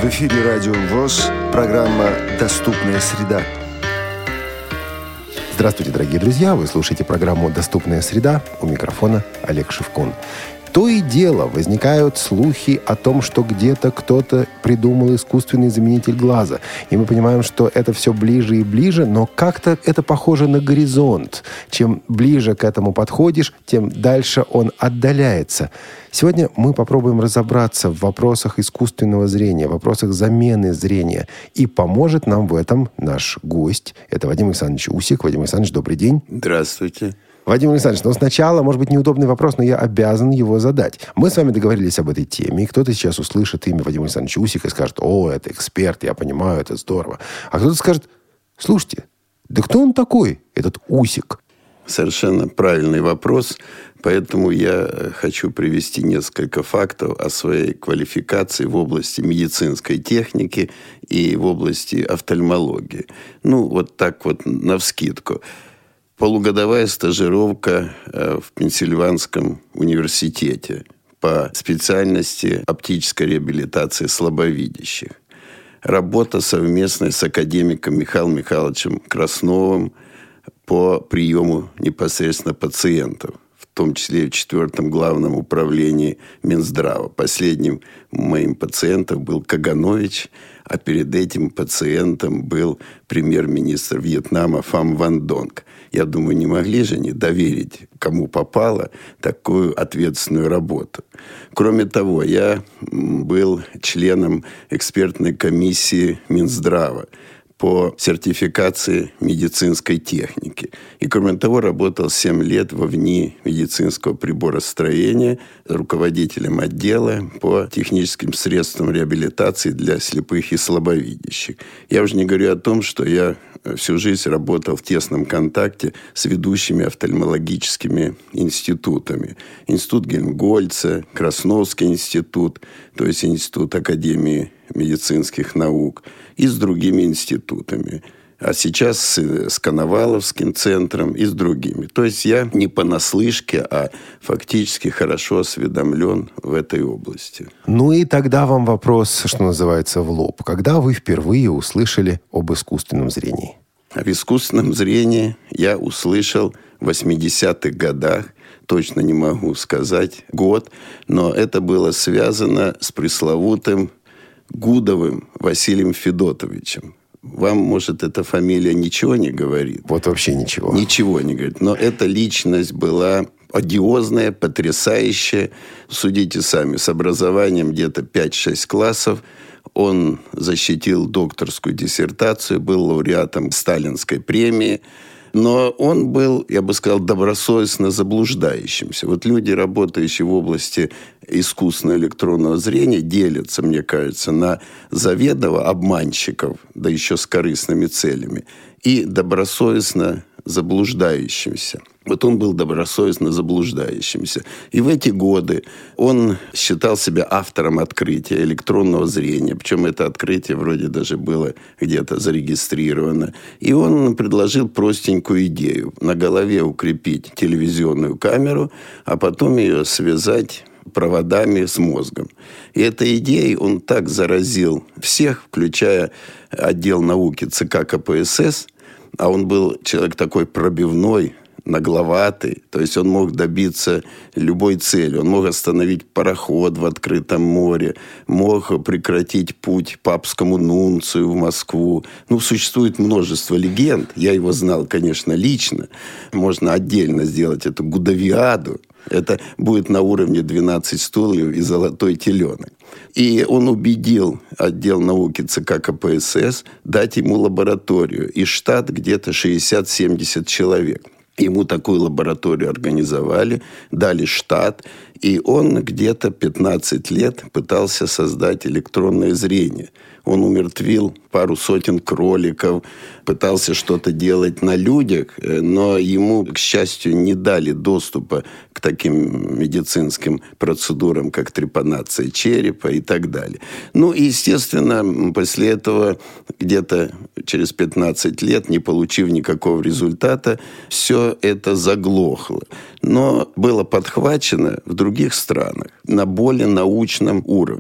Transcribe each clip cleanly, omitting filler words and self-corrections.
эфире Радио ВОС, программа «Доступная среда». Здравствуйте, дорогие друзья! Вы слушаете программу «Доступная среда». У микрофона Олег Шевкун. То и дело возникают слухи о том, что где-то кто-то придумал искусственный заменитель глаза. И мы понимаем, что это все ближе и ближе, но как-то это похоже на горизонт. Чем ближе к этому подходишь, тем дальше он отдаляется. Сегодня мы попробуем разобраться в вопросах искусственного зрения, в вопросах замены зрения. И поможет нам в этом наш гость. Это Вадим Александрович Усик. Вадим Александрович, добрый день. Здравствуйте. Вадим Александрович, сначала, может быть, неудобный вопрос, но я обязан его задать. Мы с вами договорились об этой теме, и кто-то сейчас услышит имя Вадима Александровича Усика и скажет: «О, это эксперт, я понимаю, это здорово». А кто-то скажет: «Слушайте, да кто он такой, этот Усик?» Совершенно правильный вопрос, поэтому я хочу привести несколько фактов о своей квалификации в области медицинской техники и в области офтальмологии. Вот так вот навскидку. Полугодовая стажировка в Пенсильванском университете по специальности оптической реабилитации слабовидящих. Работа совместная с академиком Михаилом Михайловичем Красновым по приему непосредственно пациентов, в том числе и в 4-м главном управлении Минздрава. Последним моим пациентом был Каганович, а перед этим пациентом был премьер-министр Вьетнама Фам Ван Донг. Я думаю, не могли же они доверить, кому попало, такую ответственную работу. Кроме того, я был членом экспертной комиссии Минздрава по сертификации медицинской техники. И, кроме того, работал 7 лет во ВНИИ медицинского приборостроения руководителем отдела по техническим средствам реабилитации для слепых и слабовидящих. Я уже не говорю о том, что я всю жизнь работал в тесном контакте с ведущими офтальмологическими институтами. Институт Гельмгольца, Красновский институт, то есть Институт Академии медицинских наук, и с другими институтами. А сейчас с Коноваловским центром и с другими. То есть я не понаслышке, а фактически хорошо осведомлен в этой области. И тогда вам вопрос, что называется, в лоб. Когда вы впервые услышали об искусственном зрении? Об искусственном зрении я услышал в 80-х годах. Точно не могу сказать год, но это было связано с пресловутым Гудовым Василием Федотовичем. Вам, может, эта фамилия ничего не говорит? Вот вообще ничего. Ничего не говорит. Но эта личность была одиозная, потрясающая. Судите сами, с образованием где-то 5-6 классов. Он защитил докторскую диссертацию, был лауреатом Сталинской премии. Но он был, я бы сказал, добросовестно заблуждающимся. Вот люди, работающие в области искусственного электронного зрения, делятся, мне кажется, на заведомо обманщиков, да еще с корыстными целями, и добросовестно заблуждающимся. Вот он был добросовестно заблуждающимся. И в эти годы он считал себя автором открытия электронного зрения. Причем это открытие вроде даже было где-то зарегистрировано. И он предложил простенькую идею. На голове укрепить телевизионную камеру, а потом ее связать проводами с мозгом. И этой идеей он так заразил всех, включая отдел науки ЦК КПСС, а он был человек такой пробивной, нагловатый, то есть он мог добиться любой цели. Он мог остановить пароход в открытом море, мог прекратить путь папскому нунцию в Москву. Существует множество легенд. Я его знал, конечно, лично. Можно отдельно сделать эту гудовиаду. Это будет на уровне 12 стульев и золотой теленок. И он убедил отдел науки ЦК КПСС дать ему лабораторию. И штат где-то 60-70 человек. Ему такую лабораторию организовали, дали штат, и он где-то 15 лет пытался создать электронное зрение. Он умертвил пару сотен кроликов, пытался что-то делать на людях, но ему, к счастью, не дали доступа к таким медицинским процедурам, как трепанация черепа и так далее. И, естественно, после этого, где-то через 15 лет, не получив никакого результата, все это заглохло. Но было подхвачено в других странах на более научном уровне.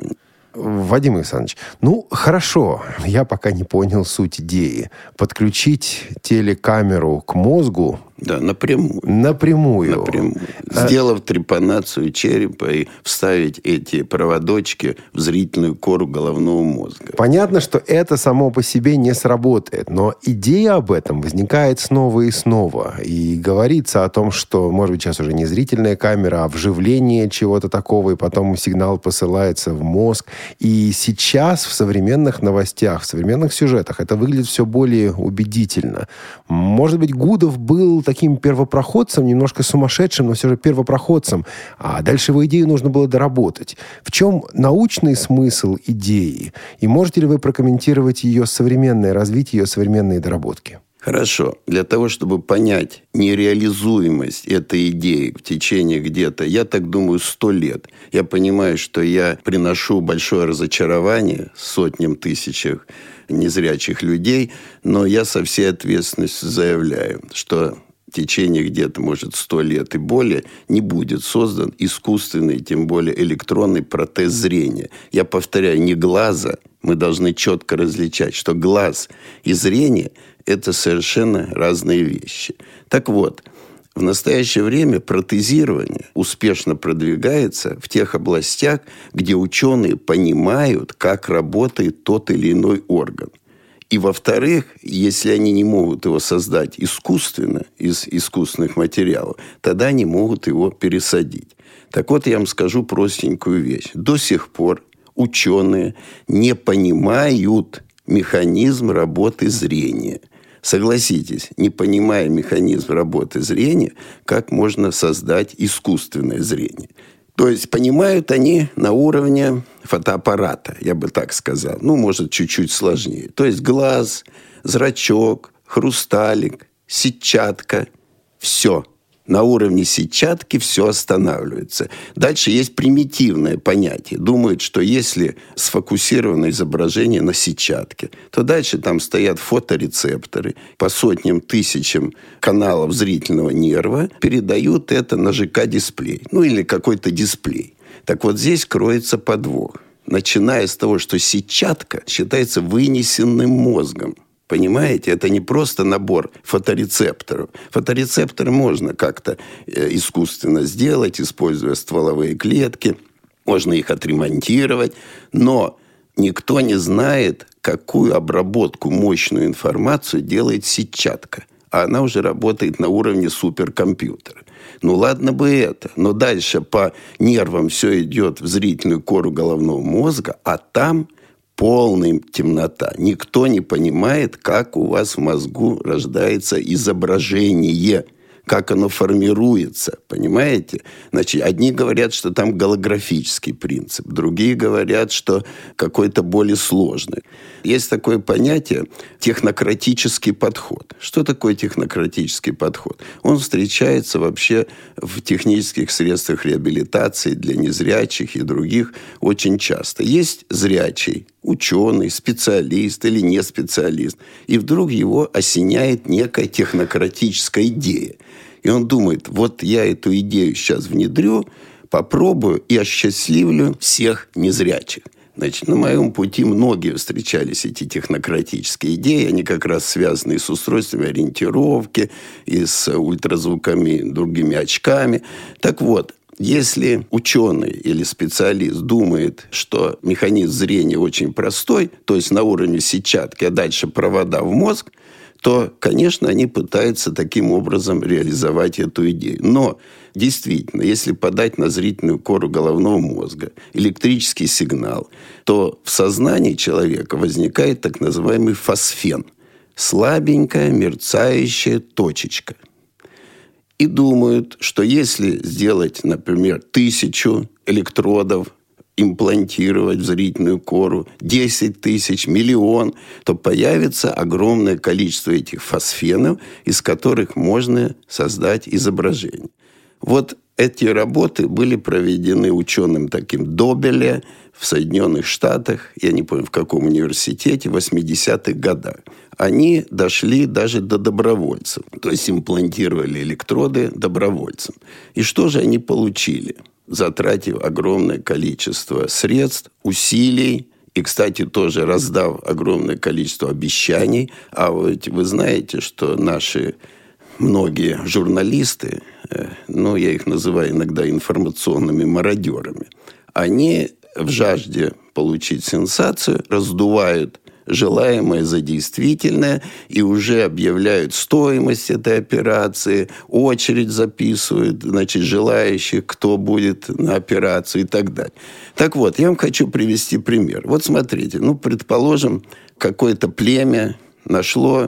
Вадим Александрович, хорошо, я пока не понял суть идеи. Подключить телекамеру к мозгу... Да, напрямую. Напрямую. Сделав трепанацию черепа и вставить эти проводочки в зрительную кору головного мозга. Понятно, что это само по себе не сработает, но идея об этом возникает снова и снова. И говорится о том, что, может быть, сейчас уже не зрительная камера, а вживление чего-то такого, и потом сигнал посылается в мозг. И сейчас в современных новостях, в современных сюжетах это выглядит все более убедительно. Может быть, Гудов был таким первопроходцем, немножко сумасшедшим, но все же первопроходцем. А дальше его идею нужно было доработать. В чем научный смысл идеи? И можете ли вы прокомментировать ее современное развитие, ее современные доработки? Хорошо. Для того, чтобы понять нереализуемость этой идеи в течение где-то, я так думаю, 100 лет. Я понимаю, что я приношу большое разочарование сотням тысячам незрячих людей, но я со всей ответственностью заявляю, что в течение где-то, может, 100 лет и более не будет создан искусственный, тем более электронный протез зрения. Я повторяю, не глаза. Мы должны четко различать, что глаз и зрение – это совершенно разные вещи. Так вот, в настоящее время протезирование успешно продвигается в тех областях, где ученые понимают, как работает тот или иной орган. И, во-вторых, если они не могут его создать искусственно, из искусственных материалов, тогда они могут его пересадить. Так вот, я вам скажу простенькую вещь. До сих пор ученые не понимают механизм работы зрения. Согласитесь, не понимая механизм работы зрения, как можно создать искусственное зрение. То есть понимают они на уровне фотоаппарата, я бы так сказал. Может, чуть-чуть сложнее. То есть глаз, зрачок, хрусталик, сетчатка. Все. На уровне сетчатки все останавливается. Дальше есть примитивное понятие. Думают, что если сфокусировано изображение на сетчатке, то дальше там стоят фоторецепторы. По сотням тысячам каналов зрительного нерва передают это на ЖК-дисплей. Или какой-то дисплей. Так вот здесь кроется подвох. Начиная с того, что сетчатка считается вынесенным мозгом. Понимаете, это не просто набор фоторецепторов. Фоторецепторы можно как-то искусственно сделать, используя стволовые клетки. Можно их отремонтировать. Но никто не знает, какую обработку, мощную информацию делает сетчатка. А она уже работает на уровне суперкомпьютера. Ладно бы это. Но дальше по нервам все идет в зрительную кору головного мозга, а там... полная темнота. Никто не понимает, как у вас в мозгу рождается изображение, как оно формируется. Понимаете? Значит, одни говорят, что там голографический принцип, другие говорят, что какой-то более сложный. Есть такое понятие технократический подход. Что такое технократический подход? Он встречается вообще в технических средствах реабилитации для незрячих и других очень часто. Есть зрячий, ученый, специалист или не специалист, и вдруг его осеняет некая технократическая идея. И он думает, вот я эту идею сейчас внедрю, попробую и осчастливлю всех незрячих. Значит, на моем пути многие встречались эти технократические идеи, они как раз связаны с устройствами ориентировки, и с ультразвуками, другими очками. Так вот, если ученый или специалист думает, что механизм зрения очень простой, то есть на уровне сетчатки, а дальше провода в мозг, то, конечно, они пытаются таким образом реализовать эту идею. Но, действительно, если подать на зрительную кору головного мозга электрический сигнал, то в сознании человека возникает так называемый фосфен. Слабенькая мерцающая точечка. И думают, что если сделать, например, 1000 электродов, имплантировать в зрительную кору 10 тысяч, 1 миллион, то появится огромное количество этих фосфенов, из которых можно создать изображение. Вот эти работы были проведены ученым таким Добеле в Соединенных Штатах, я не помню, в каком университете, в 80-х годах. Они дошли даже до добровольцев. То есть имплантировали электроды добровольцам. И что же они получили, затратив огромное количество средств, усилий, и, кстати, тоже раздав огромное количество обещаний. А вот вы знаете, что наши многие журналисты, я их называю иногда информационными мародерами, они в жажде получить сенсацию раздувают желаемое за действительное и уже объявляют стоимость этой операции, очередь записывают, желающих, кто будет на операцию и так далее. Так вот, я вам хочу привести пример. Вот смотрите, предположим, какое-то племя нашло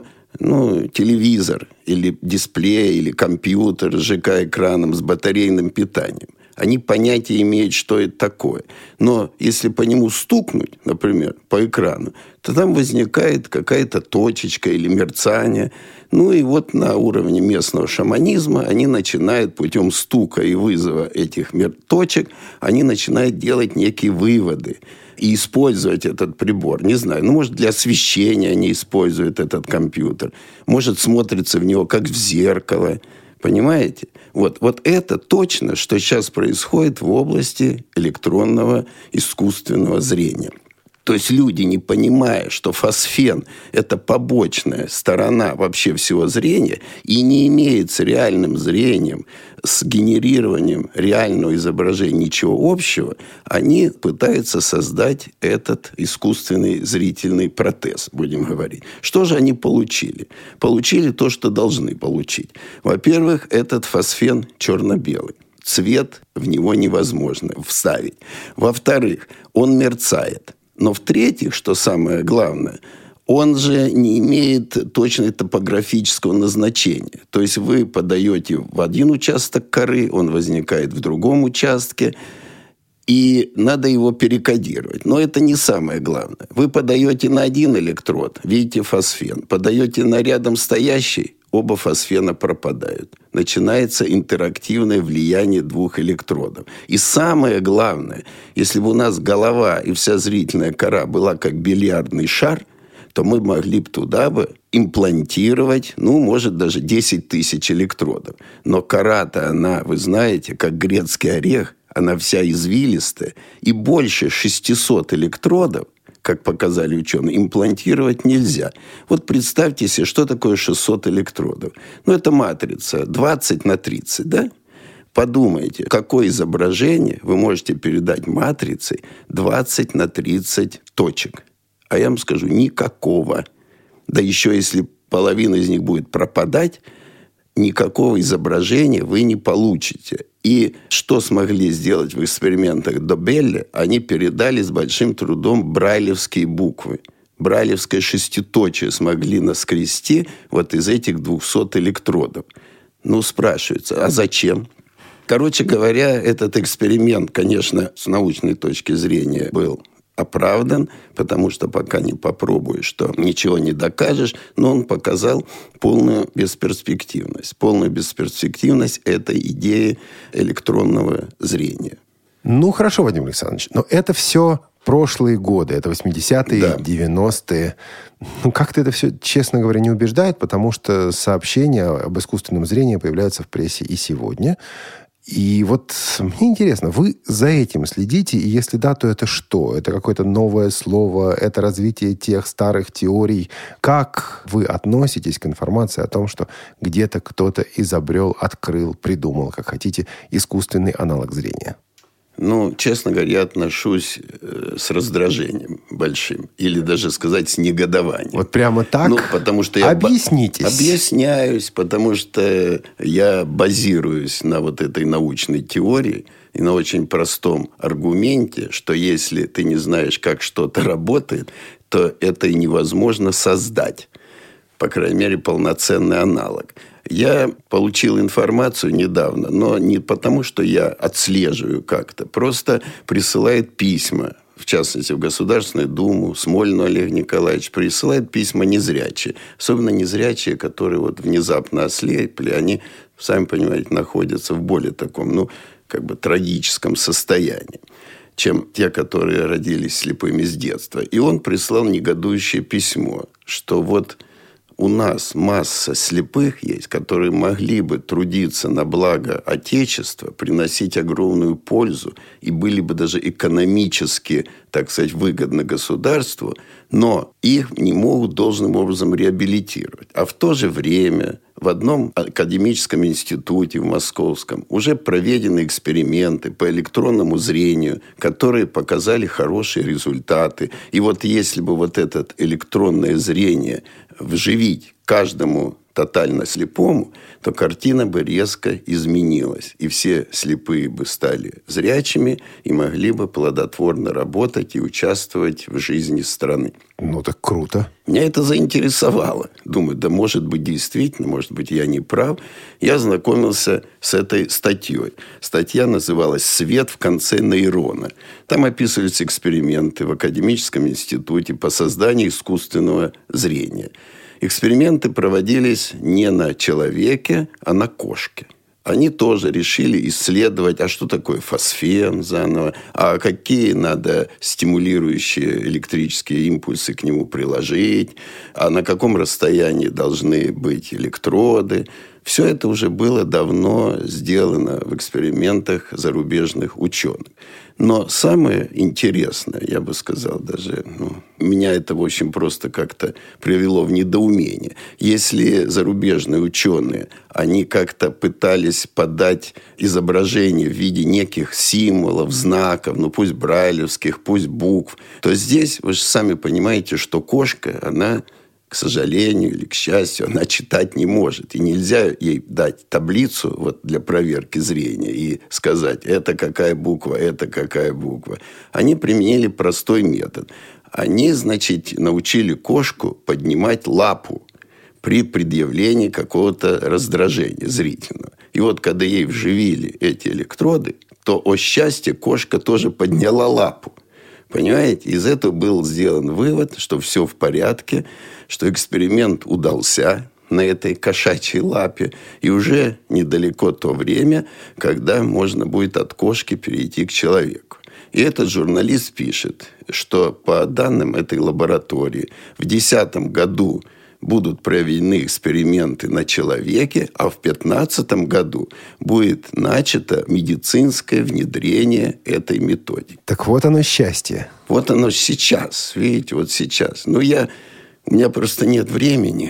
телевизор или дисплей, или компьютер с ЖК-экраном, с батарейным питанием. Они понятия имеют, что это такое. Но если по нему стукнуть, например, по экрану, то там возникает какая-то точечка или мерцание. И вот на уровне местного шаманизма они начинают путем стука и вызова этих точек, они начинают делать некие выводы и использовать этот прибор. Не знаю, может, для освещения они используют этот компьютер. Может, смотрится в него как в зеркало. Понимаете? Вот это точно, что сейчас происходит в области электронного искусственного зрения. То есть люди, не понимая, что фосфен – это побочная сторона вообще всего зрения и не имеет с реальным зрением, с генерированием реального изображения ничего общего, они пытаются создать этот искусственный зрительный протез, будем говорить. Что же они получили? Получили то, что должны получить. Во-первых, этот фосфен черно-белый. Цвет в него невозможно вставить. Во-вторых, он мерцает. Но в-третьих, что самое главное, он же не имеет точной топографического назначения. То есть вы подаете в один участок коры, он возникает в другом участке, и надо его перекодировать. Но это не самое главное. Вы подаете на один электрод, видите фосфен. Подаете на рядом стоящий, оба фосфена пропадают. Начинается интерактивное влияние двух электродов. И самое главное, если бы у нас голова и вся зрительная кора была как бильярдный шар, то мы могли бы туда имплантировать, может, даже 10 тысяч электродов. Но кора-то она, вы знаете, как грецкий орех, она вся извилистая, и больше 600 электродов, как показали ученые, имплантировать нельзя. Вот представьте себе, что такое 600 электродов. Это матрица 20 на 30, да? Подумайте, какое изображение вы можете передать матрицей 20 на 30 точек. А я вам скажу, никакого. Да еще если половина из них будет пропадать, никакого изображения вы не получите. И что смогли сделать в экспериментах Добелли, они передали с большим трудом брайлевские буквы. Брайлевское шеститочие смогли наскрести вот из этих 200 электродов. Спрашивается, а зачем? Короче говоря, этот эксперимент, конечно, с научной точки зрения был оправдан, потому что пока не попробуешь, то ничего не докажешь, но он показал полную бесперспективность. Полную бесперспективность этой идеи электронного зрения. Хорошо, Владимир Александрович, но это все прошлые годы, это 80-е, да. 90-е. Как-то это все, честно говоря, не убеждает, потому что сообщения об искусственном зрении появляются в прессе и сегодня. И вот мне интересно, вы за этим следите? И если да, то это что? Это какое-то новое слово? Это развитие тех старых теорий? Как вы относитесь к информации о том, что где-то кто-то изобрел, открыл, придумал, как хотите, искусственный аналог зрения? Честно говоря, я отношусь с раздражением большим. Или даже сказать, с негодованием. Вот прямо так? Потому что я объяснитесь. Объясняюсь, потому что я базируюсь на вот этой научной теории и на очень простом аргументе, что если ты не знаешь, как что-то работает, то это и невозможно создать. По крайней мере, полноценный аналог. Я получил информацию недавно, но не потому, что я отслеживаю как-то. Просто присылает письма, в частности, в Государственную Думу, Смольный Олег Николаевич присылает письма незрячие. Особенно незрячие, которые внезапно ослепли, они, сами понимаете, находятся в более таком, трагическом состоянии. чем те, которые родились слепыми с детства. И он прислал негодующее письмо, что вот у нас масса слепых есть, которые могли бы трудиться на благо Отечества, приносить огромную пользу и были бы даже экономически, так сказать, выгодны государству, но их не могут должным образом реабилитировать. А в то же время в одном академическом институте в Московском уже проведены эксперименты по электронному зрению, которые показали хорошие результаты. И вот если бы вот это электронное зрение вживить каждому тотально слепому, то картина бы резко изменилась. И все слепые бы стали зрячими и могли бы плодотворно работать и участвовать в жизни страны. Ну, так круто. Меня это заинтересовало. Думаю, да может быть действительно, может быть я не прав. Я ознакомился с этой статьей. Статья называлась «Свет в конце нейрона». Там описываются эксперименты в академическом институте по созданию искусственного зрения. Эксперименты проводились не на человеке, а на кошке. Они тоже решили исследовать, а что такое фосфен заново, а какие надо стимулирующие электрические импульсы к нему приложить, а на каком расстоянии должны быть электроды. Все это уже было давно сделано в экспериментах зарубежных ученых. Но самое интересное, я бы сказал даже, меня это, в общем, просто как-то привело в недоумение. Если зарубежные ученые, они как-то пытались подать изображение в виде неких символов, знаков, пусть брайлевских, пусть букв, то здесь, вы же сами понимаете, что кошка, она, к сожалению или к счастью, она читать не может. И нельзя ей дать таблицу вот для проверки зрения и сказать, это какая буква, это какая буква. Они применили простой метод. Они, значит, научили кошку поднимать лапу при предъявлении какого-то раздражения зрительного. И вот когда ей вживили эти электроды, то, о счастье, кошка тоже подняла лапу. Понимаете, из этого был сделан вывод, что все в порядке, что эксперимент удался на этой кошачьей лапе, и уже недалеко то время, когда можно будет от кошки перейти к человеку. И этот журналист пишет, что по данным этой лаборатории в 2010 году будут проведены эксперименты на человеке, а в 2015 году будет начато медицинское внедрение этой методики. Так вот оно счастье. Вот оно сейчас, видите, вот сейчас. У меня просто нет времени,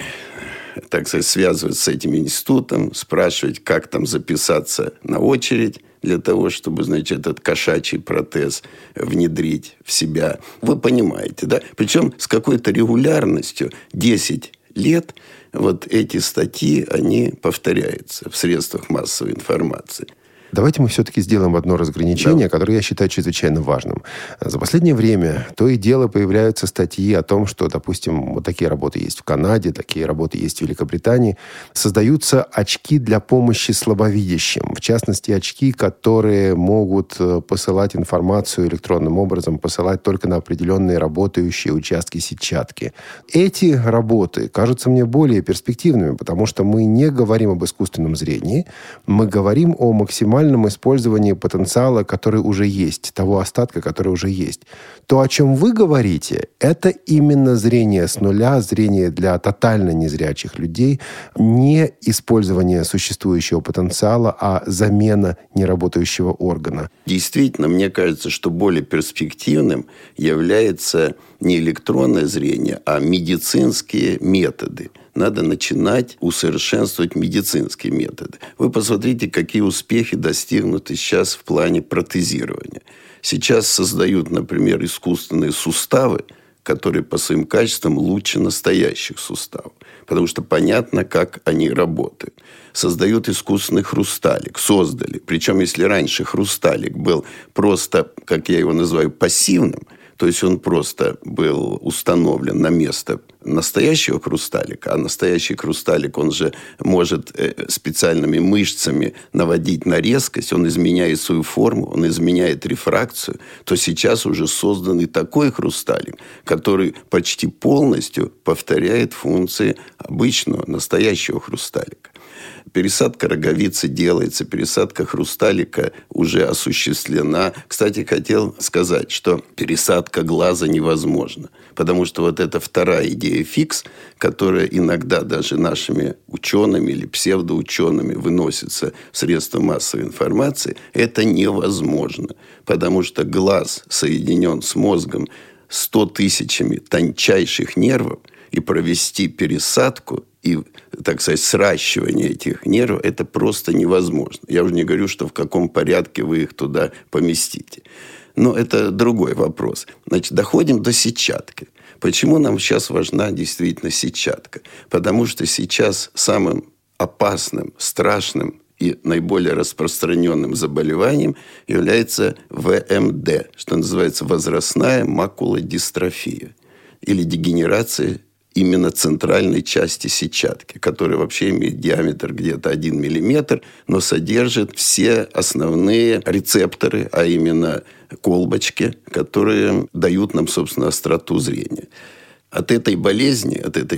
так сказать, связываться с этим институтом, спрашивать, как там записаться на очередь для того, чтобы, значит, этот кошачий протез внедрить в себя. Вы понимаете, да? Причем с какой-то регулярностью 10 лет вот эти статьи, они повторяются в средствах массовой информации. Давайте мы все-таки сделаем одно разграничение, которое я считаю чрезвычайно важным. За последнее время то и дело появляются статьи о том, что, допустим, вот такие работы есть в Канаде, такие работы есть в Великобритании. Создаются очки для помощи слабовидящим. В частности, очки, которые могут посылать информацию электронным образом, посылать только на определенные работающие участки сетчатки. Эти работы кажутся мне более перспективными, потому что мы не говорим об искусственном зрении, мы говорим о максимальном использовании потенциала, который уже есть, того остатка, который уже есть. То, о чем вы говорите, это именно зрение с нуля, зрение для тотально незрячих людей, не использование существующего потенциала, а замена неработающего органа. Действительно, мне кажется, что более перспективным является не электронное зрение, а медицинские методы. Надо начинать усовершенствовать медицинские методы. Вы посмотрите, какие успехи достигнуты сейчас в плане протезирования. Сейчас создают, например, искусственные суставы, которые по своим качествам лучше настоящих суставов. Потому что понятно, как они работают. Создают искусственный хрусталик. Создали. Причем, если раньше хрусталик был просто, как я его называю, пассивным, то есть он просто был установлен на место настоящего хрусталика, а настоящий хрусталик, он же может специальными мышцами наводить на резкость, он изменяет свою форму, он изменяет рефракцию, то сейчас уже создан и такой хрусталик, который почти полностью повторяет функции обычного настоящего хрусталика. Пересадка роговицы делается, пересадка хрусталика уже осуществлена. Кстати, хотел сказать, что пересадка глаза невозможна, потому что вот эта вторая идея фикс, которая иногда даже нашими учеными или псевдоучеными выносится в средства массовой информации, это невозможно, потому что глаз соединен с мозгом 100 тысячами тончайших нервов, и провести пересадку и, так сказать, сращивание этих нервов, это просто невозможно. Я уже не говорю, что в каком порядке вы их туда поместите. Но это другой вопрос. Значит, доходим до сетчатки. Почему нам сейчас важна действительно сетчатка? Потому что сейчас самым опасным, страшным и наиболее распространенным заболеванием является ВМД, что называется возрастная макулодистрофия или дегенерация именно центральной части сетчатки, которая вообще имеет диаметр где-то 1 миллиметр, но содержит все основные рецепторы, а именно колбочки, которые дают нам, собственно, остроту зрения. От этой болезни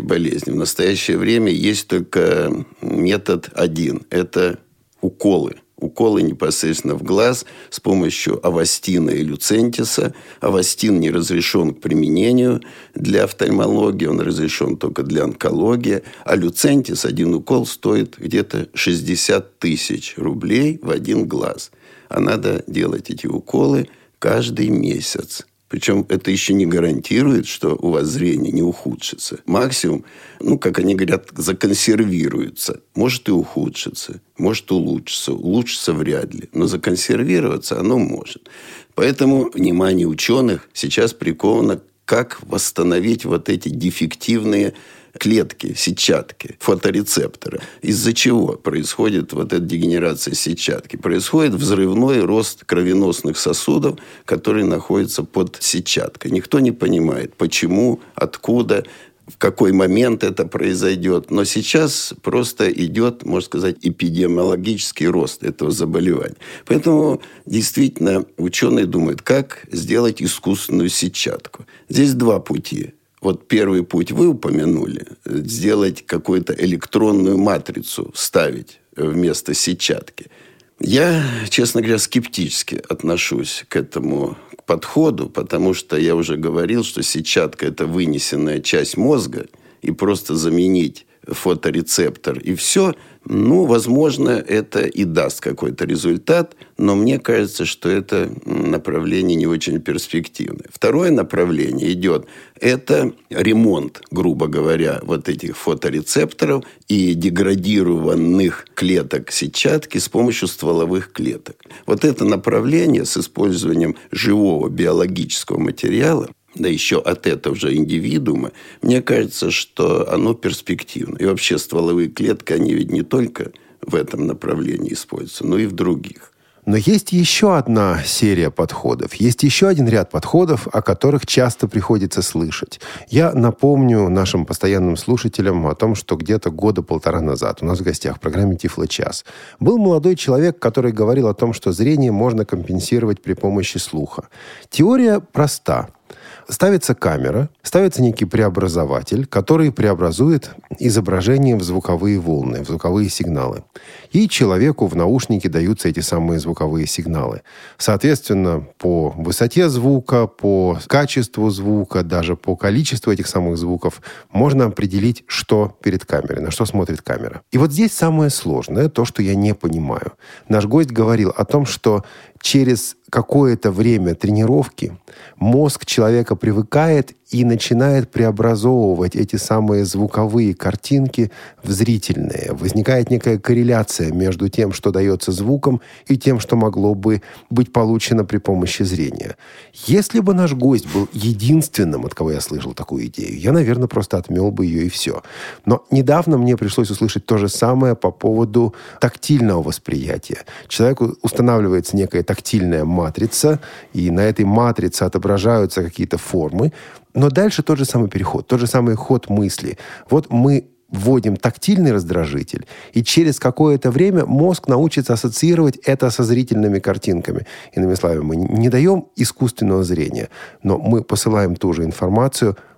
в настоящее время есть только метод один – это уколы. Уколы непосредственно в глаз с помощью авастина и люцентиса. Авастин не разрешен к применению для офтальмологии, он разрешен только для онкологии. А люцентис, один укол, стоит где-то 60 тысяч рублей в один глаз. А надо делать эти уколы каждый месяц. Причем это еще не гарантирует, что у вас зрение не ухудшится. Максимум, как они говорят, законсервируется. Может и ухудшится, может улучшится. Улучшится вряд ли. Но законсервироваться оно может. Поэтому внимание ученых сейчас приковано, как восстановить вот эти дефективные клетки, сетчатки, фоторецепторы. Из-за чего происходит вот эта дегенерация сетчатки? Происходит взрывной рост кровеносных сосудов, которые находятся под сетчаткой. Никто не понимает, почему, откуда, в какой момент это произойдет. Но сейчас просто идет, можно сказать, эпидемиологический рост этого заболевания. Поэтому действительно ученые думают, как сделать искусственную сетчатку. Здесь два пути. Вот первый путь вы упомянули. Сделать какую-то электронную матрицу, вставить вместо сетчатки. Я, честно говоря, скептически отношусь к этому подходу, потому что я уже говорил, что сетчатка – это вынесенная часть мозга, и просто заменить фоторецептор и все, возможно, это и даст какой-то результат, но мне кажется, что это направление не очень перспективное. Второе направление идет, это ремонт, грубо говоря, вот этих фоторецепторов и деградированных клеток сетчатки с помощью стволовых клеток. Вот это направление с использованием живого биологического материала, да еще от этого же индивидуума, мне кажется, что оно перспективно. И вообще стволовые клетки, они ведь не только в этом направлении используются, но и в других. Но есть еще одна серия подходов, есть еще один ряд подходов, о которых часто приходится слышать. Я напомню нашим постоянным слушателям о том, что где-то года 1,5 назад у нас в гостях в программе «Тифлочас» был молодой человек, который говорил о том, что зрение можно компенсировать при помощи слуха. Теория проста. Ставится камера, ставится некий преобразователь, который преобразует изображение в звуковые волны, в звуковые сигналы. И человеку в наушнике даются эти самые звуковые сигналы. Соответственно, по высоте звука, по качеству звука, даже по количеству этих самых звуков можно определить, что перед камерой, на что смотрит камера. И вот здесь самое сложное, то, что я не понимаю. Наш гость говорил о том, что через какое-то время тренировки мозг человека привыкает и начинает преобразовывать эти самые звуковые картинки в зрительные. Возникает некая корреляция между тем, что дается звуком, и тем, что могло бы быть получено при помощи зрения. Если бы наш гость был единственным, от кого я слышал такую идею, я, наверное, просто отмел бы ее и все. Но недавно мне пришлось услышать то же самое по поводу тактильного восприятия. Человеку устанавливается некая тактильная матрица, и на этой матрице отображаются какие-то формы, но дальше тот же самый переход, тот же самый ход мысли. Вот мы вводим тактильный раздражитель, и через какое-то время мозг научится ассоциировать это со зрительными картинками. Иными словами, мы не даем искусственного зрения, но мы посылаем ту же информацию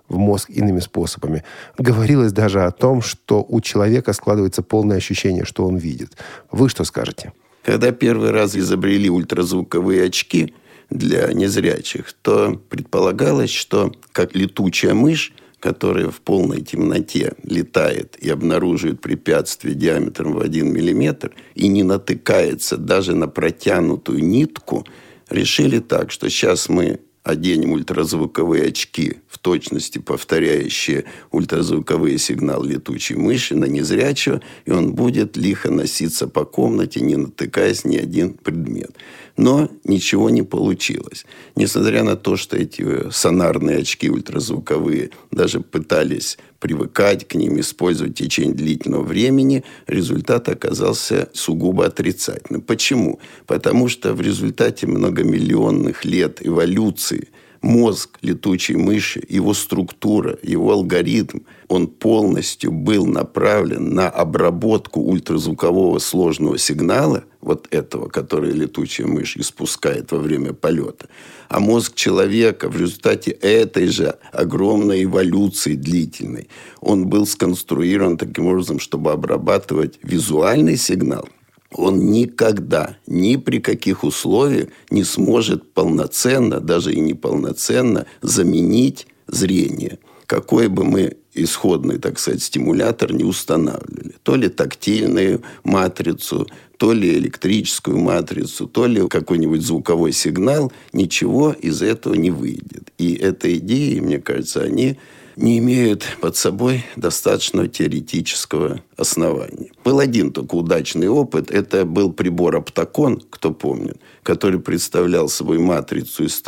в мозг иными способами. Говорилось даже о том, что у человека складывается полное ощущение, что он видит. Вы что скажете? Когда первый раз изобрели ультразвуковые очки для незрячих, то предполагалось, что как летучая мышь, которая в полной темноте летает и обнаруживает препятствие диаметром в 1 миллиметр и не натыкается даже на протянутую нитку, решили так, что сейчас мы оденем ультразвуковые очки, в точности повторяющие ультразвуковые сигналы летучей мыши на незрячего, и он будет лихо носиться по комнате, не натыкаясь ни один предмет. Но ничего не получилось. Несмотря на то, что эти сонарные очки ультразвуковые даже пытались привыкать к ним, использовать в течение длительного времени, результат оказался сугубо отрицательным. Почему? Потому что в результате многомиллионных лет эволюции мозг летучей мыши, его структура, его алгоритм, он полностью был направлен на обработку ультразвукового сложного сигнала, вот этого, который летучая мышь испускает во время полета. А мозг человека в результате этой же огромной эволюции длительной, он был сконструирован таким образом, чтобы обрабатывать визуальный сигнал. Он никогда, ни при каких условиях не сможет полноценно, даже и неполноценно заменить зрение. Какой бы мы исходный, так сказать, стимулятор не устанавливали. То ли тактильную матрицу, то ли электрическую матрицу, то ли какой-нибудь звуковой сигнал, ничего из этого не выйдет. И этой идеи, мне кажется, они не имеют под собой достаточного теоретического основания. Был один только удачный опыт. Это был прибор «Оптакон», кто помнит, который представлял собой матрицу из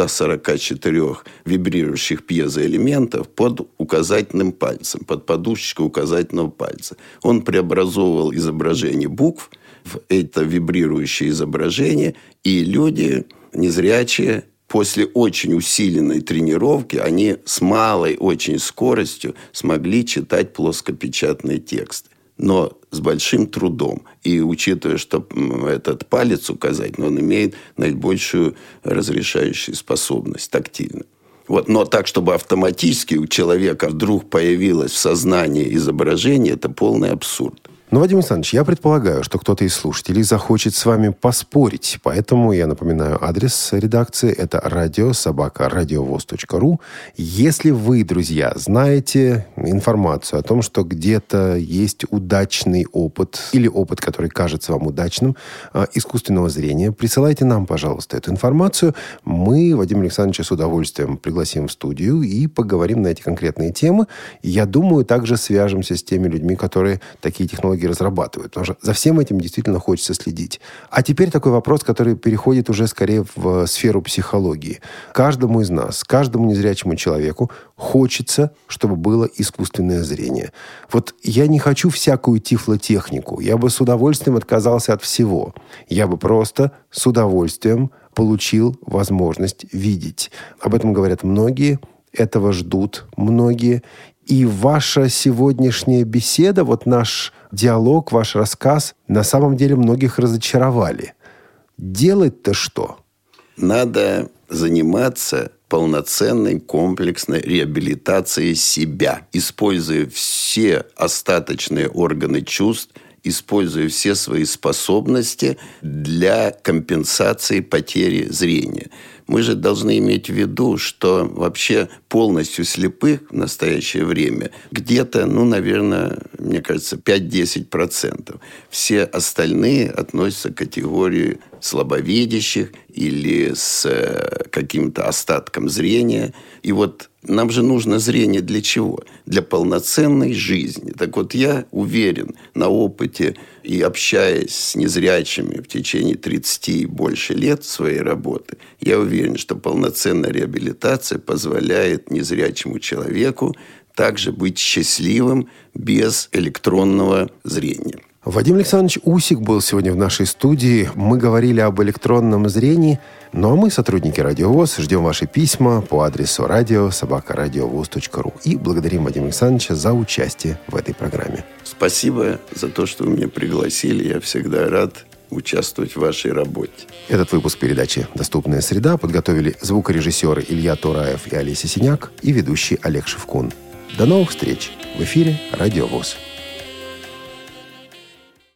144 вибрирующих пьезоэлементов под указательным пальцем, под подушечкой указательного пальца. Он преобразовывал изображение букв в это вибрирующее изображение, и люди незрячие после очень усиленной тренировки они с малой очень скоростью смогли читать плоскопечатные тексты. Но с большим трудом. И учитывая, что этот палец указательный, он имеет наибольшую разрешающую способность тактильно. Вот. Но так, чтобы автоматически у человека вдруг появилось в сознании изображение, это полный абсурд. Но, Вадим Александрович, я предполагаю, что кто-то из слушателей захочет с вами поспорить. Поэтому я напоминаю адрес редакции. Это radio@radiovoz.ru. Если вы, друзья, знаете информацию о том, что где-то есть удачный опыт или опыт, который кажется вам удачным, искусственного зрения, присылайте нам, пожалуйста, эту информацию. Мы Вадима Александровича с удовольствием пригласим в студию и поговорим на эти конкретные темы. Я думаю, также свяжемся с теми людьми, которые такие технологии разрабатывают. Потому что за всем этим действительно хочется следить. А теперь такой вопрос, который переходит уже скорее в сферу психологии. Каждому из нас, каждому незрячему человеку хочется, чтобы было искусственное зрение. Вот я не хочу всякую тифлотехнику. Я бы с удовольствием отказался от всего. Я бы просто с удовольствием получил возможность видеть. Об этом говорят многие. Этого ждут многие. И ваша сегодняшняя беседа, вот наш диалог, ваш рассказ, на самом деле многих разочаровали. Делать-то что? Надо заниматься полноценной комплексной реабилитацией себя, используя все остаточные органы чувств, используя все свои способности для компенсации потери зрения. Мы же должны иметь в виду, что вообще полностью слепых в настоящее время где-то, наверное, мне кажется, 5-10%. Все остальные относятся к категории слабовидящих или с каким-то остатком зрения. И вот нам же нужно зрение для чего? Для полноценной жизни. Так вот, я уверен на опыте и общаясь с незрячими в течение 30 и больше лет своей работы, я уверен, что полноценная реабилитация позволяет незрячему человеку также быть счастливым без электронного зрения. Вадим Александрович Усик был сегодня в нашей студии. Мы говорили об электронном зрении. Ну а мы, сотрудники Радио ВОС, ждем ваши письма по адресу radio@radiovoz.ru и благодарим Вадима Александровича за участие в этой программе. Спасибо за то, что вы меня пригласили. Я всегда рад участвовать в вашей работе. Этот выпуск передачи «Доступная среда» подготовили звукорежиссеры Илья Тураев и Олеся Синяк и ведущий Олег Шевкун. До новых встреч в эфире «Радио ВОС».